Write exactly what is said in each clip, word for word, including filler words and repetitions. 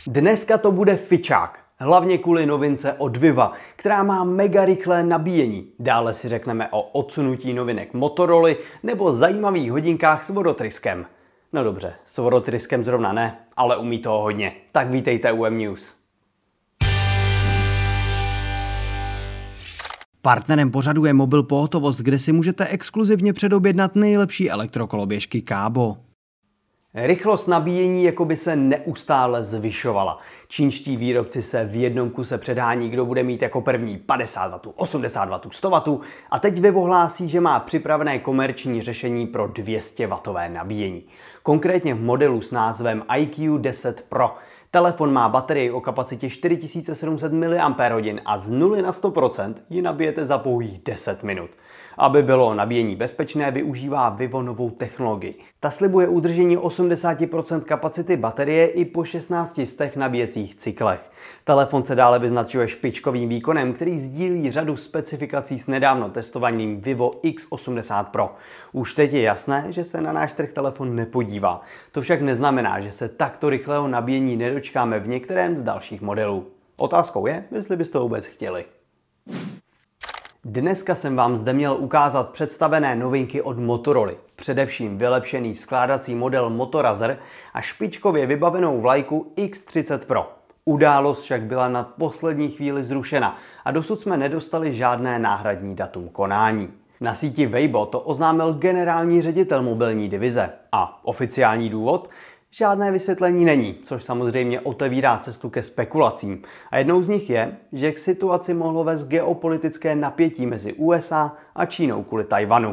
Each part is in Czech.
Dneska to bude fičák, hlavně kvůli novince od Viva, která má mega rychlé nabíjení. Dále si řekneme o odsunutí novinek Motorola nebo zajímavých hodinkách s vodotryskem. No dobře, s vodotryskem zrovna ne, ale umí toho hodně. Tak vítejte u M News. Partnerem pořadu je Mobil Pohotovost, kde si můžete exkluzivně předobjednat nejlepší elektrokoloběžky Kábo. Rychlost nabíjení jako by se neustále zvyšovala. Čínští výrobci se v jednom kuse předhání, kdo bude mít jako první padesát wattů, osmdesát wattů, sto wattů a teď Vivo hlásí, že má připravené komerční řešení pro dvě stě wattové nabíjení. Konkrétně v modelu s názvem I Q deset Pro. Telefon má baterii o kapacitě čtyři tisíce sedm set miliampérhodin a z nuly na sto procent ji nabijete za pouhých deset minut. Aby bylo nabíjení bezpečné, využívá Vivo novou technologii. Ta slibuje udržení osmdesát procent kapacity baterie i po šestnácti stech nabíjecích cyklech. Telefon se dále vyznačuje špičkovým výkonem, který sdílí řadu specifikací s nedávno testovaným Vivo X osmdesát Pro. Už teď je jasné, že se na náš trh telefon nepodívá. To však neznamená, že se takto rychlého nabíjení nedočkáme v některém z dalších modelů. Otázkou je, jestli byste to vůbec chtěli. Dneska jsem vám zde měl ukázat představené novinky od Motorola, především vylepšený skládací model Moto Razr a špičkově vybavenou vlajku X třicet Pro. Událost však byla na poslední chvíli zrušena a dosud jsme nedostali žádné náhradní datum konání. Na síti Weibo to oznámil generální ředitel mobilní divize a oficiální důvod? Žádné vysvětlení není, což samozřejmě otevírá cestu ke spekulacím. A jednou z nich je, že k situaci mohlo vést geopolitické napětí mezi U S A a Čínou kvůli Tajvanu.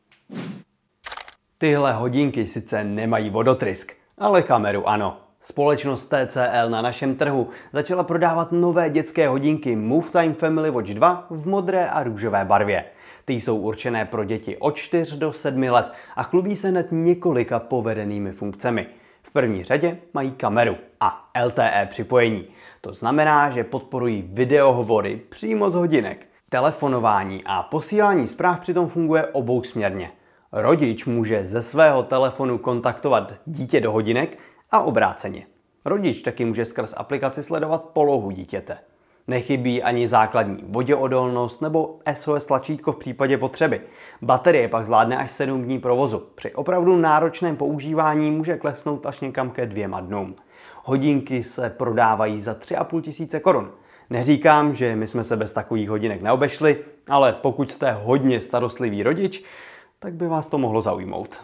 Tyhle hodinky sice nemají vodotrysk, ale kameru ano. Společnost T C L na našem trhu začala prodávat nové dětské hodinky Move Time Family Watch dva v modré a růžové barvě. Ty jsou určené pro děti od čtyř do sedmi let a chlubí se hned několika povedenými funkcemi. V první řadě mají kameru a L T E připojení. To znamená, že podporují videohovory přímo z hodinek. Telefonování a posílání zpráv přitom funguje obousměrně. Rodič může ze svého telefonu kontaktovat dítě do hodinek a obráceně. Rodič taky může skrz aplikaci sledovat polohu dítěte. Nechybí ani základní voděodolnost nebo S O S tlačítko v případě potřeby. Baterie pak zvládne až sedm dní provozu. Při opravdu náročném používání může klesnout až někam ke dvěma dnům. Hodinky se prodávají za tři a půl tisíce korun. Neříkám, že my jsme se bez takových hodinek neobešli, ale pokud jste hodně starostlivý rodič, tak by vás to mohlo zaujmout.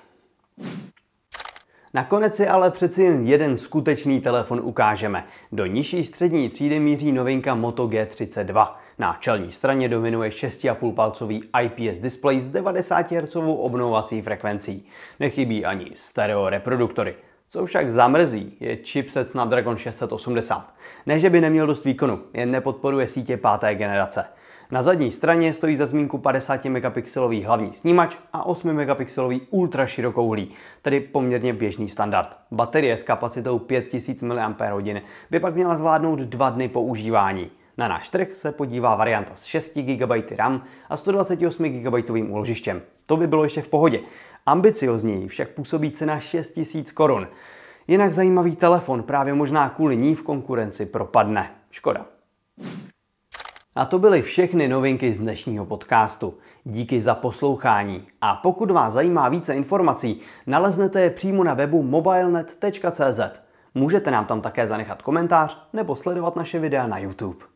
Nakonec si ale přeci jen jeden skutečný telefon ukážeme. Do nižší střední třídy míří novinka Moto G třicet dva. Na čelní straně dominuje šest a půl palcový I P S displej s devadesát hertzů obnovovací frekvencí. Nechybí ani stereo reproduktory. Co však zamrzí, je chipset Snapdragon šest set osmdesát. Ne, že by neměl dost výkonu, jen nepodporuje sítě páté generace. Na zadní straně stojí za zmínku padesát megapixelový hlavní snímač a osm megapixelový ultra širokouhlý, tedy poměrně běžný standard. Baterie s kapacitou pět tisíc miliampérhodin by pak měla zvládnout dva dny používání. Na náš trh se podívá varianta s šesti gigabajty RAM a sto dvacet osm gigabajtovým úložištěm. To by bylo ještě v pohodě. Ambiciozněji však působí cena šest tisíc korun. Jinak zajímavý telefon právě možná kvůli ní v konkurenci propadne. Škoda. A to byly všechny novinky z dnešního podcastu. Díky za poslouchání. A pokud vás zajímá více informací, naleznete je přímo na webu mobilenet tečka cé zet. Můžete nám tam také zanechat komentář nebo sledovat naše videa na YouTube.